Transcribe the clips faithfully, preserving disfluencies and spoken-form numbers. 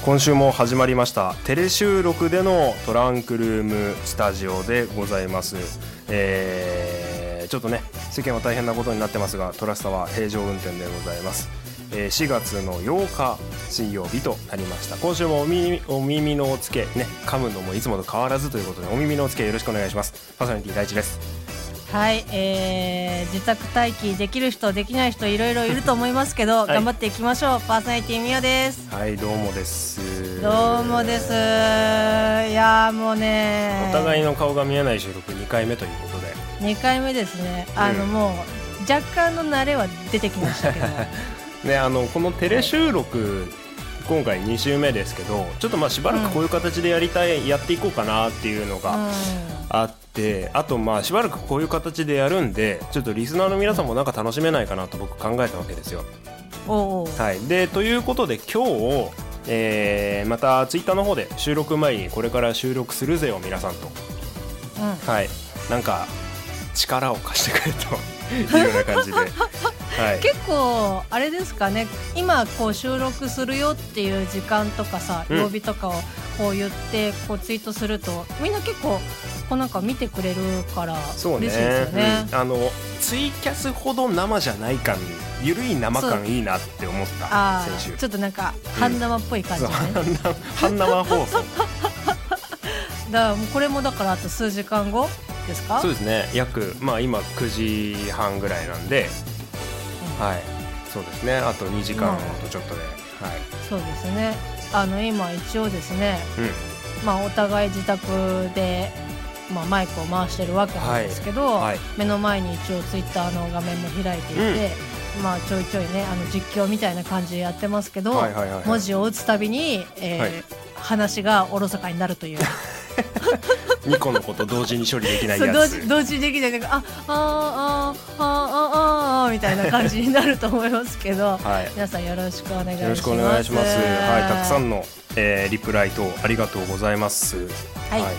今週も始まりましたテレ収録でのトランクルームスタジオでございます。えー、ちょっとね世間は大変なことになってますが、トラスタは平常運転でございます。えー、しがつのようか水曜日となりました。今週もお耳、お耳のお付けね、噛むのもいつもと変わらずということでお耳のお付けよろしくお願いします。パーソナリティ第一です。 はい、えー、自宅待機できる人できない人いろいろいると思いますけど、はい、頑張っていきましょう。パーソナリティみやです。 はい、どうもです。 どうもです。いやもうね、 お互いの顔が見えない収録にかいめということでにかいめですね。あの、うん、もう若干の慣れは出てきましたけどね、あのこのテレ収録、はい、今回に週目ですけど、ちょっとまあしばらくこういう形でやりたい、うん、やっていこうかなっていうのがあって、うん、あとまあしばらくこういう形でやるんで、ちょっとリスナーの皆さんもなんか楽しめないかなと僕考えたわけですよ。 おうおう、 はい、でということで今日、えー、またツイッターの方で収録前にこれから収録するぜよ皆さんと、うん、はい、なんか力を貸してくれというような感じではい、 結構あれですかね、今こう収録するよっていう時間とかさ、曜日とかをこう言ってこうツイートするとみんな結構こうなんか見てくれるから嬉しいですよね。 うん、あのツイキャスほど生じゃない感、ゆるい生感いいなって思った先週。 ちょっとなんか半生っぽい感じね、うん、 半生放送だからもうこれもだからあと数時間後ですか。 そうですね、約、まあ、今くじはんぐらいなんで、はい、そうですね、あとにじかんとちょっとで、 うん、はい、そうですね。あの今一応ですね、うん、まあ、お互い自宅で、まあ、マイクを回してるわけなんですけど、はいはい、目の前に一応ツイッターの画面も開いていて、うん、まあ、ちょいちょいねあの実況みたいな感じでやってますけど、はいはいはいはい、文字を打つたびに、えーはい、話がおろそかになるというにこのこと同時に処理できないやつ。 同時、同時にできない、なんかあああああああみたいな感じになると思いますけど、はい、皆さんよろしくお願いします。 よろしくお願いします。はい、たくさんの、えー、リプライ等ありがとうございます。はい、はい、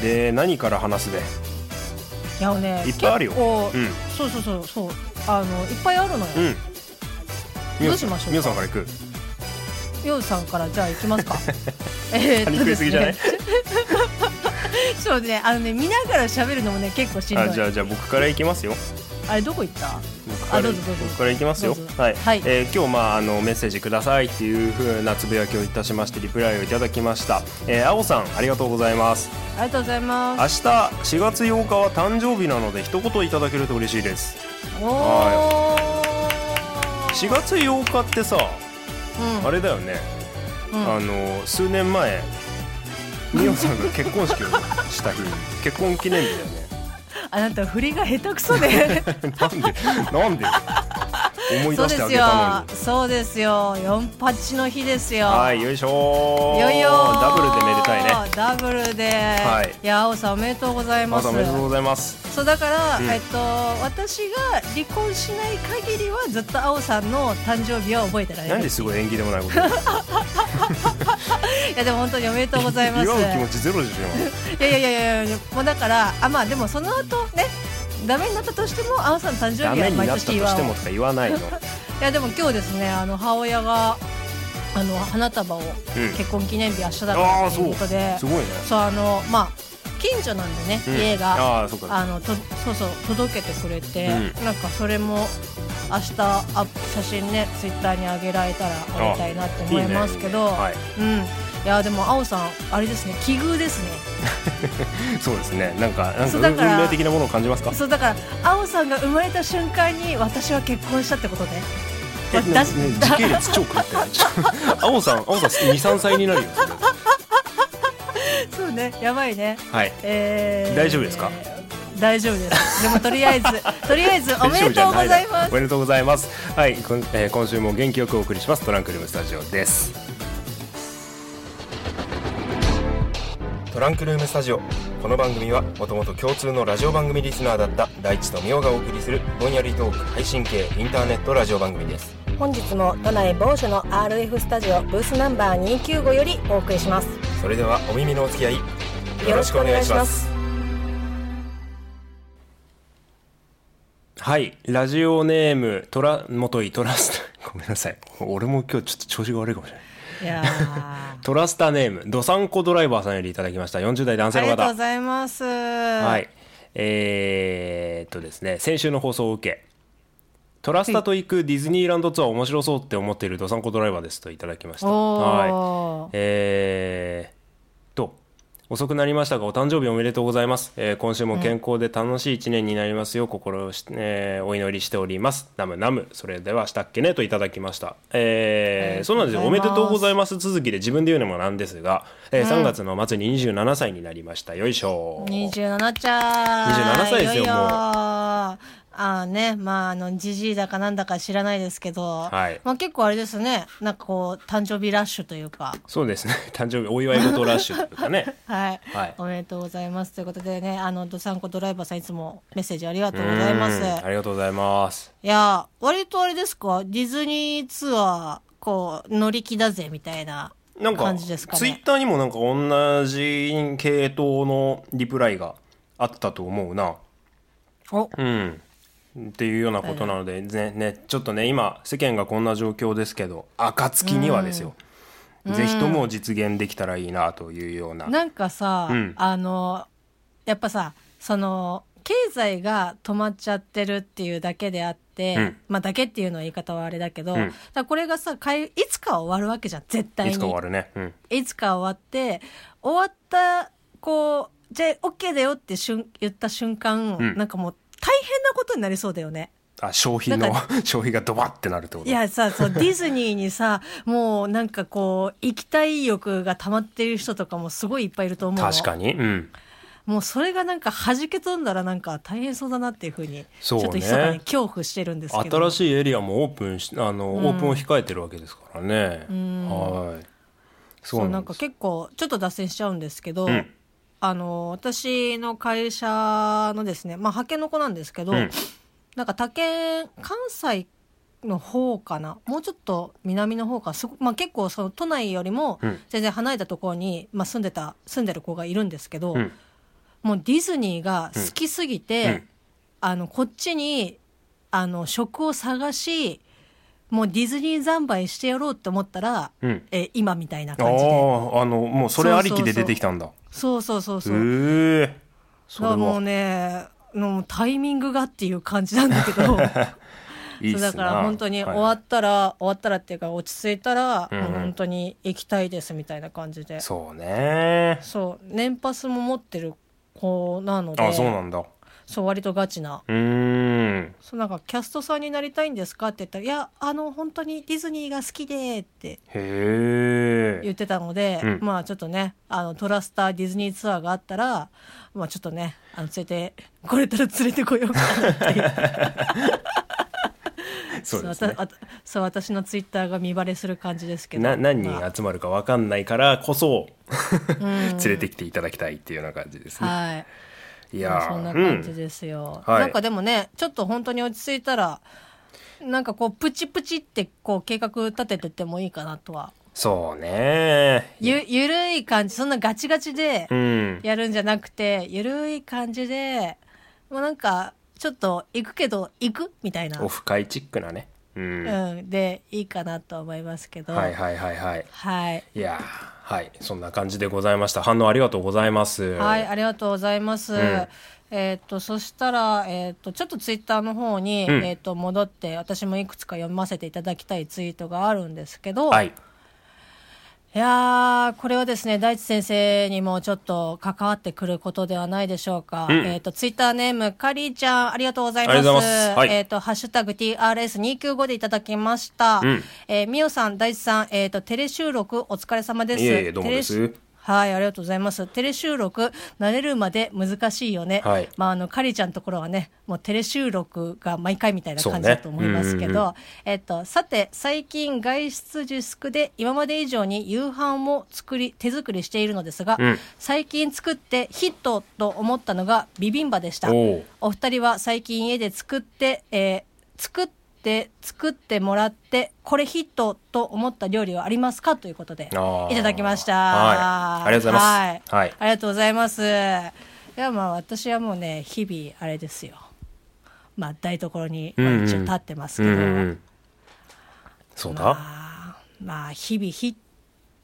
で何から話すで。 いやね、 いっぱいあるよ。 うん、そうそうそうそう、あのいっぱいあるのよ。うん、どうしましょうか。 みおさんから行く。 みおさんからじゃあ行きますか。えーっとですね、 パニックりすぎじゃない？ そうね、あのね見ながら喋るのもね結構しんどい。 あ、じゃあじゃあ僕から行きますよ。 あれどこ行った？ あ、どうぞどうぞ。僕から行きますよ。はい、はい、えー、今日、まあ、あのメッセージくださいっていう風なつぶやきをいたしましてリプライをいただきました。えー、青さんありがとうございます。 ありがとうございます。 明日しがつようかは誕生日なので一言いただけると嬉しいです。 おー、 しがつようかってさ、うん、あれだよね、うん、あの数年前みおさんが結婚式をした日結婚記念日だよね。 あなた振りが下手くそでなんでなんで思い出してあげたのに。 そうですよ、よんパチの日ですよ。 はい、よいしょー。 よいよー、 ダブルでめでたいね。 ダブルで、はい、いや青さんおめでとうございます。 青さんおめでとうございます。 そうだから、うん、えっと、私が離婚しない限りはずっと青さんの誕生日は覚えてられる。 なんですごい縁起でもないこといやでも本当におめでとうございます。 祝う気持ちゼロでしょ。いやいやいやいや、もうだからあ、まあでもその後ねダメになったとしても青さんの誕生日は毎年祝う。ダメになったとしてもとか言わないの。いやでも今日ですね、あの母親があの花束を、うん、結婚記念日明日だからということで、 すごいね。 そう、あのまあ近所なんでね、うん、家が あ, そうあのとそうそう届けてくれて、うん、なんかそれも明日あ写真ねツイッターに上げられたらあげたいなって思いますけど、いいね、いいね、はい、うん、いやでも青さんあれですね、奇遇ですね。 そうですね、なんかなんか運命的なものを感じますか。 そうだから青さんが生まれた瞬間に私は結婚したってことで、 え、ね、ね、時系列超狂ってない青さん青さんにさんさいになるよ。 そうね、やばいね。 はい、えー、大丈夫ですか。 大丈夫です。でもとりあえずとりあえずおめでとうございます。 おめでとうございます。はい、こん、えー、今週も元気よくお送りしますトランクルームスタジオです。トランクルームスタジオ、この番組はもともと共通のラジオ番組リスナーだった大地とみおがお送りするぼんやりトーク配信系インターネットラジオ番組です。 本日も都内某所の アールエフ スタジオブースナンバーにひゃくきゅうじゅうごよりお送りします。 それではお耳のお付き合いよろしくお願いします。はい、ラジオネームトラ元井トラストごめんなさい、俺も今日ちょっと調子が悪いかもしれない。 いやトラスタネームドサンコドライバーさんよりいただきました。よんじゅう代男性の方。 ありがとうございます。 はい。えー、っとですね、先週の放送を受け、トラスタと行くディズニーランドツアー面白そうって思っているドサンコドライバーですといただきました。はい。えーと遅くなりましたがお誕生日おめでとうございます、えー、今週も健康で楽しい一年になりますよう心をし、えー、お祈りしております。ナムナム。それではしたっけねといただきました。えー、そうなんですよ。おめでとうございます続きで自分で言うのもなんですが、えー、さんがつの末ににじゅうななさいになりました。よいしょ。 にじゅうななちゃーにじゅうななさいですよ。 いよいよもうあね、まあ、あの、じじいだかなんだか知らないですけど、 はい、 まあ結構あれですね、なんかこう、誕生日ラッシュというか。 そうですね、誕生日お祝い事ラッシュというかね。 はい、はい。おめでとうございます。ということでね、あの、ドサンコドライバーさんいつもメッセージありがとうございます。 ありがとうございます。 いや、割とあれですか、ディズニーツアー、こう、乗り気だぜみたいな感じですかね。 ツイッターにもなんか同じ系統のリプライがあったと思うな。 おうんっていうようなことなので、ねね、ちょっとね今世間がこんな状況ですけど暁にはですよ、うん、ぜひとも実現できたらいいなというような。 なんかさ、うん、あのやっぱさその経済が止まっちゃってるっていうだけであって、うん、まあだけっていうのは言い方はあれだけど、うん、だこれがさいつか終わるわけじゃん絶対に。 いつか終わるね、うん、 いつか終わって終わったこうじゃあ OK だよってしゅん言った瞬間、うん、なんかもう大変なことになりそうだよね。 あ、消費の消費がドバッてなるってこと。 いやさ、そうディズニーにさもうなんかこう行きたい欲が溜まってる人とかもすごいいっぱいいると思うの。 確かに、うん、 もうそれがなんか弾け飛んだらなんか大変そうだなっていうふうにちょっと密かに恐怖してるんですけど、 新しいエリアもオープンしあの、うん、オープンを控えてるわけですからね、うん、はいそうなんです。そうなんか結構ちょっと脱線しちゃうんですけど、うんあの私の会社のですね、まあ、派遣の子なんですけど、うん、なんか他県関西の方かなもうちょっと南の方かすご、まあ、結構その都内よりも全然離れたところに、まあ、住んでた住んでる子がいるんですけど、うん、もうディズニーが好きすぎて、うん、あのこっちにあの職を探しもうディズニー三昧してやろうって思ったら、うん、え今みたいな感じで、ああのもうそれありきで出てきたんだ。 そうそうそうそう。 へえ。 それはもうね、のタイミングがっていう感じなんだけど。いいっすな。そうだから本当に終わったら、はい、終わったらっていうか落ち着いたら、うん、もう本当に行きたいですみたいな感じで。 そうね。 そう年パスも持ってる子なので。 あ、そうなんだ。 そう割とガチな。 うーん。 そうなんかキャストさんになりたいんですかって言ったら、いやあの本当にディズニーが好きでって言ってたので、うん、まあちょっとねあのトラスターディズニーツアーがあったら、まあちょっとねあの連れてこれたら連れてこようかなっていう。そうですね、そうそう私のツイッターが見バレする感じですけど、 な何人集まるか分かんないからこそ、まあ、連れてきていただきたいっていうような感じですね。 はい、 いやそんな感じですよ、うんはい、なんかでもねちょっと本当に落ち着いたらなんかこうプチプチってこう計画立ててってもいいかなとは。 そうねゆ, ゆるい感じそんなガチガチでやるんじゃなくて、うん、ゆるい感じでもうなんかちょっと行くけど行くみたいなオフ会チックなね、うんうん、でいいかなと思いますけど、 はいはいはいはい、 はい、 いやはいそんな感じでございました。反応ありがとうございます。 はいありがとうございます、うん、えー、っとそしたら、えー、っとちょっとツイッターの方に、うんえー、っと戻って私もいくつか読ませていただきたいツイートがあるんですけど、 はいいやーこれはですね大地先生にもちょっと関わってくることではないでしょうか、うん、えっ、ー、とツイッターネームカリーちゃんありがとうございます。 ありがとうございます、はい、 えっ、ー、とハッシュタグ ティーアールエスにひゃくきゅうじゅうご でいただきました、うんえー、みおさん大地さん、えっ、ー、とテレ収録お疲れ様です。 いえいえどうもです。 はいありがとうございます。テレ収録慣れるまで難しいよね、はいまあ、あのカリちゃんのところはねもうテレ収録が毎回みたいな感じだと思いますけど、ねうんうん、えっと、さて最近外出自粛で今まで以上に夕飯を作り手作りしているのですが、うん、最近作ってヒットと思ったのがビビンバでした。 お, お二人は最近家で作って、えー、作ってで作ってもらってこれヒットと思った料理はありますかということでいただきました。 はい、ありがとうございます、はいはい、ありがとうございます。いやまあ私はもうね日々あれですよ、まあ台所に一応立ってますけど、うんうんうん、 そうだ、 まあ、まあ日々ヒッ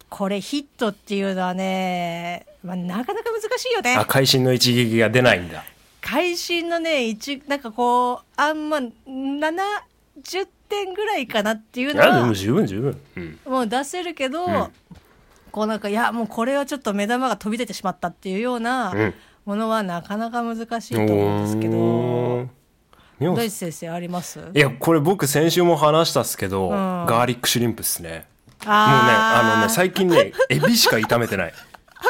これヒットっていうのはね、まあ、なかなか難しいよね。 あ、会心の一撃が出ないんだ。 会心のね、一なんかこうあんまななじゅってんぐらいかなっていうのは、 いやでも十分十分、うん、 もう出せるけど、うん、こうなんかいやもうこれはちょっと目玉が飛び出てしまったっていうようなものはなかなか難しいと思うんですけど、ドイツ先生あります？ いやこれ僕先週も話したっすけど、うん、ガーリックシュリンプっすね。もうねあのね最近ねエビしか炒めてない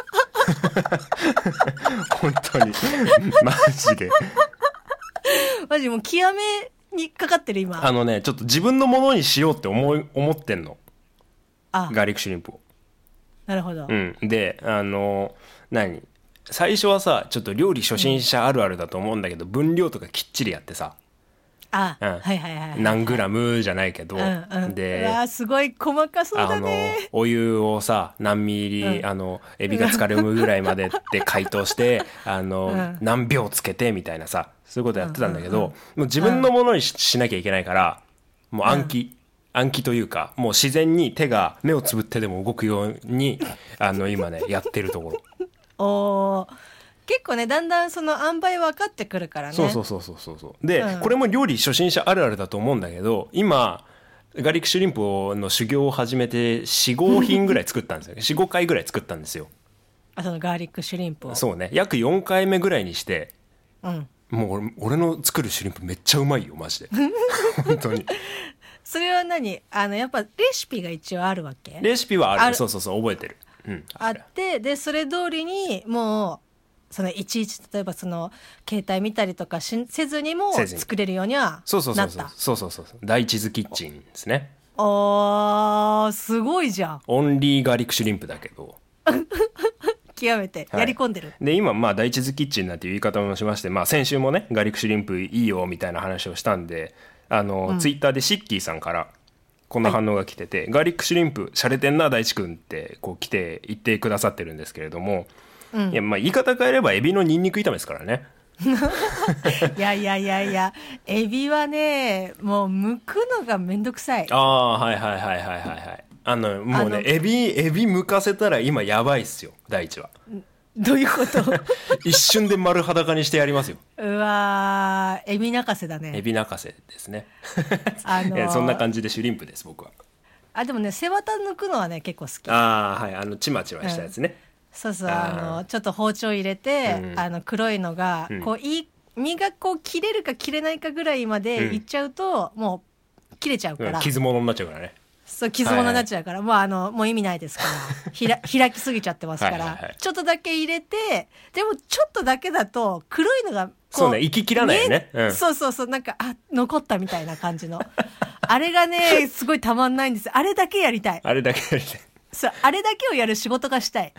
本当にマジでマジもう極めにかかってる今。 あのねちょっと自分のものにしようって思い思ってんの、あガーリックシュリンプを。 なるほど、 うん、であの何最初はさちょっと料理初心者あるあるだと思うんだけど、うん、分量とかきっちりやってさ、 あ、うん、はいはいはい、はい、 何グラムじゃないけど、うんうん、 でうわすごい細かそうだね。 あのお湯をさ何ミリ、うん、あのエビが浸かるぐらいまでって解凍してあの、うん、何秒つけてみたいなさそういうことやってたんだけど、うんうんうん、もう自分のものに し,、うん、しなきゃいけないからもう暗記、うん、暗記というかもう自然に手が目をつぶってでも動くようにあの今ねやってるところお結構ねだんだんその塩梅分かってくるからね。 そうそうそうそうそうで、うん、これも料理初心者あるあるだと思うんだけど今ガーリックシュリンプの修行を始めて よん,ご 品ぐらい作ったんですよねよん、ごかいぐらい作ったんですよ。 あそのガーリックシュリンプをそうね約よんかいめぐらいにして、うん、もう 俺, 俺の作るシュリンプめっちゃうまいよマジで本当に。 それは何あのやっぱレシピが一応あるわけ？ レシピはある、あるそうそうそう覚えてる、うん、 あってでそれ通りにもうそのいちいち例えばその携帯見たりとかしせずにも作れるようにはなった。 そうそうそうそうそうそうそう大地図キッチンですね。 あーすごいじゃん。 オンリーガーリックシュリンプだけど極めてやり込んでる、 はい、で今まあ大地図キッチンなんていう言い方もしまして、まあ、先週もねガーリックシュリンプいいよみたいな話をしたんであの、うん、ツイッターでシッキーさんからこんな反応が来てて、はい、ガーリックシュリンプしゃれてんな大地くんってこう来て言ってくださってるんですけれども、うん、いやまあ言い方変えればエビのニンニク炒めですからねいやいやいやいやエビはねもう剥くのがめんどくさい。 ああはいはいはいはいはいはいあのもうねエビエビ剥かせたら今やばいっすよ大地は。 どういうこと一瞬で丸裸にしてやりますよ。 うわエビ泣かせだね。 エビ泣かせですねあのー、そんな感じでシュリンプです僕は。 あでもね背わた抜くのはね結構好き。 ああはいあのチマチマしたやつね、うん、 そうそうあのちょっと包丁入れて、うん、あの黒いのが、うん、こういい身がこう切れるか切れないかぐらいまでいっちゃうと、うん、もう切れちゃうから、うん、 傷物になっちゃうからね。 そう傷物になっちゃうから、はいはい、もうあのもう意味ないですからひら開きすぎちゃってますから、はいはいはい、ちょっとだけ入れてでもちょっとだけだと黒いのがこうそうね行ききらないよね、うん、 そうそうそうなんかあ残ったみたいな感じのあれがねすごいたまんないんです。あれだけやりたい。 あれだけやりたいそうあれだけをやる仕事がしたい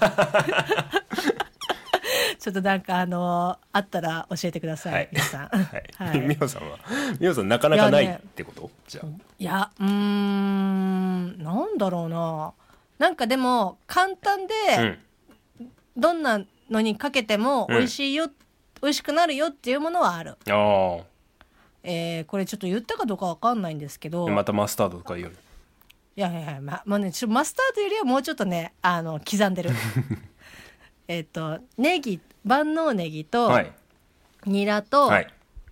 ちょっとなんかあのー、あったら教えてください、はい、皆さん。 はい。みおさんは、みおさんなかなかないってこと？いや、ね、じゃあ。 いや、うーん、なんだろうな。なんかでも簡単で、うん、どんなのにかけても美味しいよ、うん、美味しくなるよっていうものはある。ああ。えー、これちょっと言ったかどうかわかんないんですけど。 またマスタードとか言う。 いやいやいや、ま、まあね、ちょマスタードよりはもうちょっとね、あの刻んでる。えっとネギ万能ネギと、はい、ニラと、はい、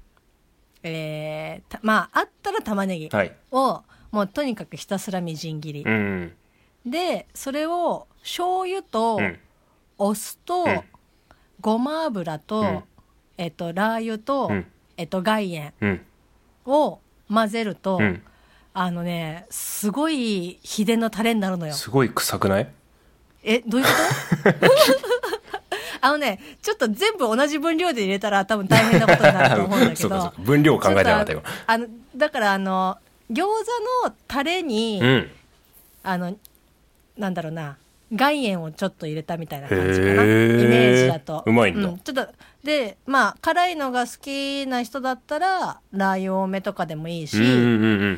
えー、まああったら玉ねぎを、はい、もうとにかくひたすらみじん切り、うん、でそれを醤油と、うん、お酢と、うん、ごま油と、うん、えっとラー油と、うん、えっと岩塩を混ぜると、うん、あのねすごい秘伝のタレになるのよ。 すごい臭くない？ えどういうことあのねちょっと全部同じ分量で入れたら多分大変なことになると思うんだけどそうかそうか分量を考えてなかったよ。 あのだからあの餃子のタレに、うん、あのなんだろうな岩塩をちょっと入れたみたいな感じかなイメージだと。 うまいんだ、うん、 ちょっとでまあ辛いのが好きな人だったらラー油多めとかでもいいし、うんうんうん、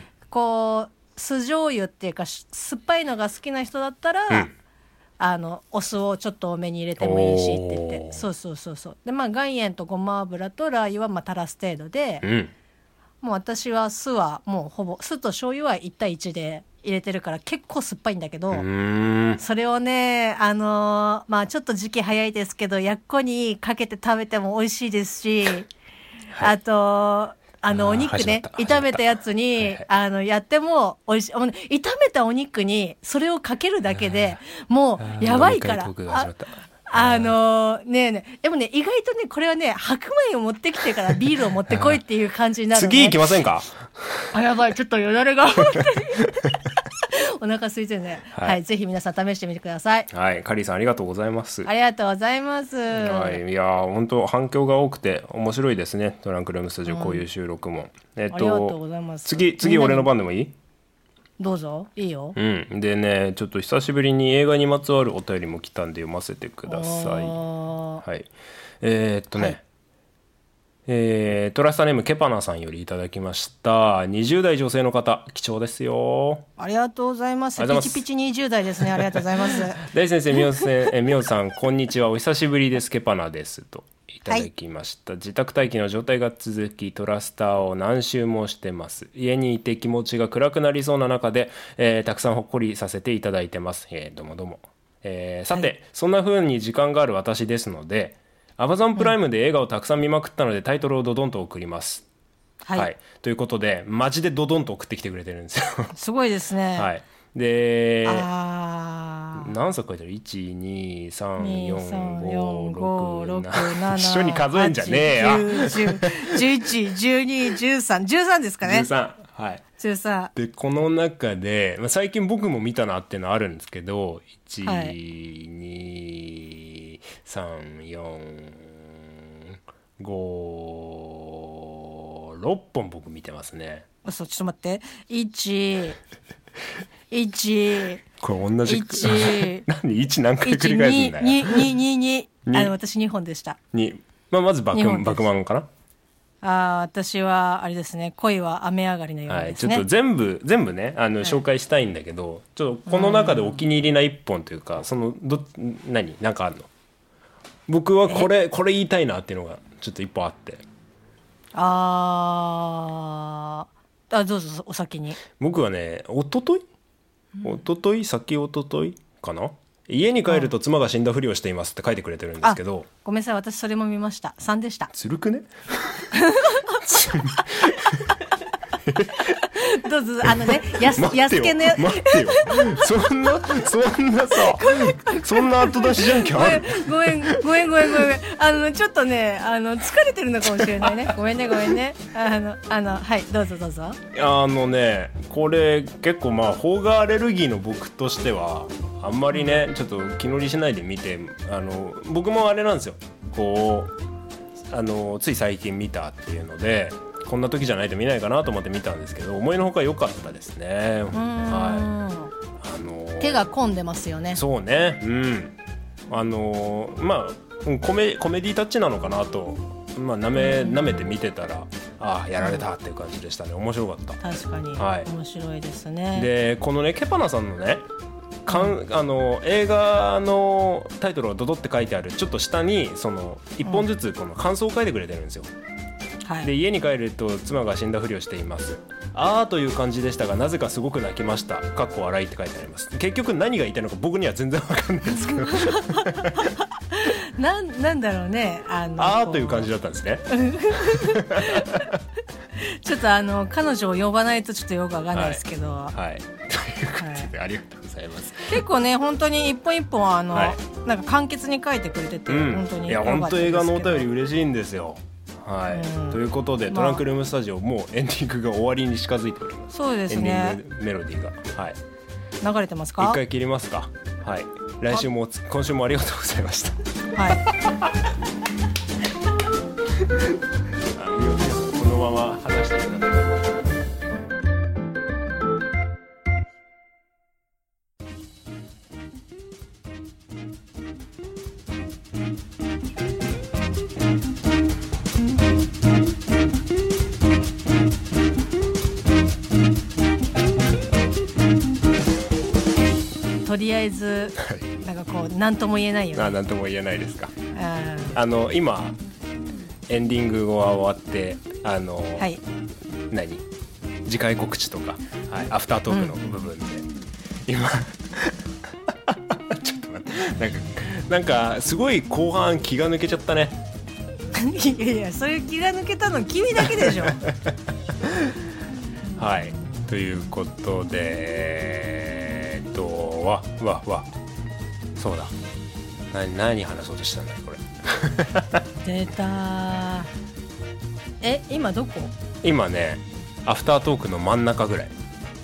こう酢醤油っていうか酸っぱいのが好きな人だったら、うんあのお酢をちょっと多めに入れてもいいしって言ってそうそうそうそうでまあ岩塩とごま油とラー油はまあ垂らす程度で、うん、 もう私は酢はもうほぼ酢と醤油はいち対いちで入れてるから結構酸っぱいんだけど、それをねあのー、まあちょっと時期早いですけどやっこにかけて食べても美味しいですし、はい、あとあのお肉ね炒めたやつに、はいはい、あのやっても美味しい。炒めたお肉にそれをかけるだけでもうやばいから。あのー、ねえねえでもね意外とねこれはね白米を持ってきてからビールを持ってこいっていう感じになる、ね、 次行きませんか。 あやばいちょっとよだれがお腹空いてるね、はい、はい、ぜひ皆さん試してみてください。 はい、カリーさんありがとうございます。 ありがとうございます。 はい、いや本当反響が多くて面白いですね。トランクルームスタジオこういう収録も、うん、えっと、ありがとうございます。次次俺の番でもいい？ どうぞいいよ。 うんでねちょっと久しぶりに映画にまつわるお便りも来たんで読ませてください。はいえー、っとね、はいえー、トラスタネームケパナさんよりいただきました。にじゅう代女性の方貴重ですよ。 ありがとうございます。ピチピチにじゅう代ですね。ありがとうございます。 大先生みおせみおさんこんにちはお久しぶりですケパナですといただきました、はい、自宅待機の状態が続きトラスターを何周もしてます。家にいて気持ちが暗くなりそうな中で、えー、たくさんほっこりさせていただいてます、えー、どうもどうも、えー、さて、はい、そんな風に時間がある私ですのでAmazon プライムで映画をたくさん見まくったので、うん、タイトルをドドンと送ります、はいはい、ということでマジでドドンと送ってきてくれてるんですよすごいですね、 はい、であ何冊書いてある ?いち、に、さん、よん、ご、ろく、なな 一緒に数えんじゃねえよじゅう、じゅういち、じゅうに、じゅうさん、じゅうさんですかね。 じゅうさん、はい、 じゅうさんでこの中で、まあ、最近僕も見たなっていうのはあるんですけどいち、はい、に、さん、よん、ご、ろっぽん僕見てますね。 そうちょっと待っていちいちこれ同じいち何いち何回繰り返すんだよ。 ににににあの私にほんでしたに、まあ、まずバクバクマンかな。 あ私はあれですね恋は雨上がりのようですね、 はい、ちょっと全部全部ねあの、はい、紹介したいんだけどちょっとこの中でお気に入りな一本というかそのど何なんかあるの。僕はこれこれ言いたいなっていうのがちょっと一本あってああどうぞお先に。 僕はねおとといおととい先おとといかな家に帰ると妻が死んだふりをしていますって書いてくれてるんですけど、 ごめんなさい私それも見ました。さんでした。 ずるくねどうぞあのねやすやすけの待ってよそんなそんなさそんな後出しじゃんけんある。 ごめんごめんごめんごめんごめんあのちょっとねあの疲れてるのかもしれないねごめんねごめんねあのあのはいどうぞどうぞ。 あのねこれ結構まあ邦画アレルギーの僕としてはあんまりねちょっと気乗りしないで見てあの僕もあれなんですよこうあのつい最近見たっていうのでこんな時じゃないと見ないかなと思って見たんですけど思いのほか良かったですね。はい、あのー、 手が込んでますよね。 そうねうんあのー、まあコメ、コメディタッチなのかなと、まあ、なめ、なめて見てたらああやられたっていう感じでしたね。面白かった。 確かに、はい、面白いですね。 でこのねケパナさんのねかんあの映画のタイトルがドドって書いてあるちょっと下にそのいっぽんずつこの感想を書いてくれてるんですよ、はい、で家に帰ると妻が死んだふりをしています。あーという感じでしたがなぜかすごく泣きました。かっこ笑いって書いてあります。結局何が言いたいのか僕には全然わかんないですけどな, なんだろうねあのあーという感じだったんですねちょっとあの彼女を呼ばないとちょっとよくわかんないですけど、 はい、はい、ということで、はい、ありがとうございます。 結構ね本当に一本一本あの、はい、なんか簡潔に書いてくれてて、うん、本当にいや本当映画のお便り嬉しいんですよ。はい、うん、ということで、まあ、トランクルームスタジオもうエンディングが終わりに近づいております。 そうですね。 エンディングメロディーが、はい、 流れてますか。 一回切りますか。はい、来週も今週もありがとうございましたはいあこのまま話してください。 とりあえずなんかこう何とも言えないよね。 あ、何とも言えないですか。あの今エンディングが終わってあの、はい、 何次回告知とか、はい、アフタートークの部分で、うん、今ちょっと待ってなんかなんかすごい後半気が抜けちゃったねいやいやそういう気が抜けたの君だけでしょはいということでえー、っとわわわそうだ何何話そうとしたんだこれ出たえ今どこ今ねアフタートークの真ん中ぐらい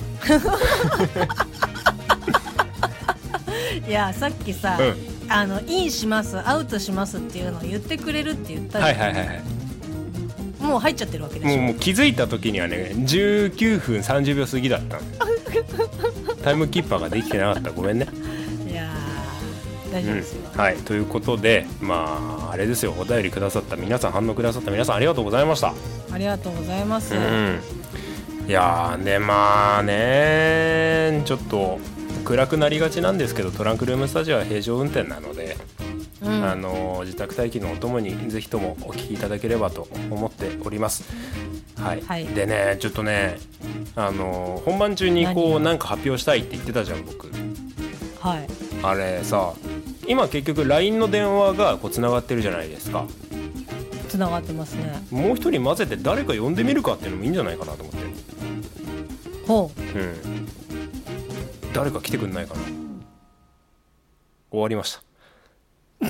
いやさっきさ、うん、あのインしますアウトしますっていうのを言ってくれるって言ったじゃん、はいはいはいはい、もう入っちゃってるわけでしょ。 もう、もう気づいた時にはねじゅうきゅうふんさんじゅうびょう過ぎだったタイムキーパーができてなかったごめんね。 いや大丈夫ですよ、 うん、はいということでまああれですよお便りくださった皆さん反応くださった皆さんありがとうございました。 ありがとうございます、うん、 いやーねまあねちょっと暗くなりがちなんですけどトランクルームスタジオは平常運転なので、うん、あの自宅待機のお供にぜひともお聞きいただければと思っております。はい、はい、でねちょっとねあの本番中にこうなんか発表したいって言ってたじゃん僕。 はい。 あれさ今結局 ライン の電話がこうつながってるじゃないですか。 つながってますね。 もう一人混ぜて誰か呼んでみるかっていうのもいいんじゃないかなと思って。 ほう。 うん。誰か来てくんないかな。終わりました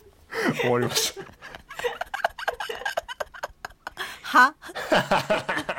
終わりましたは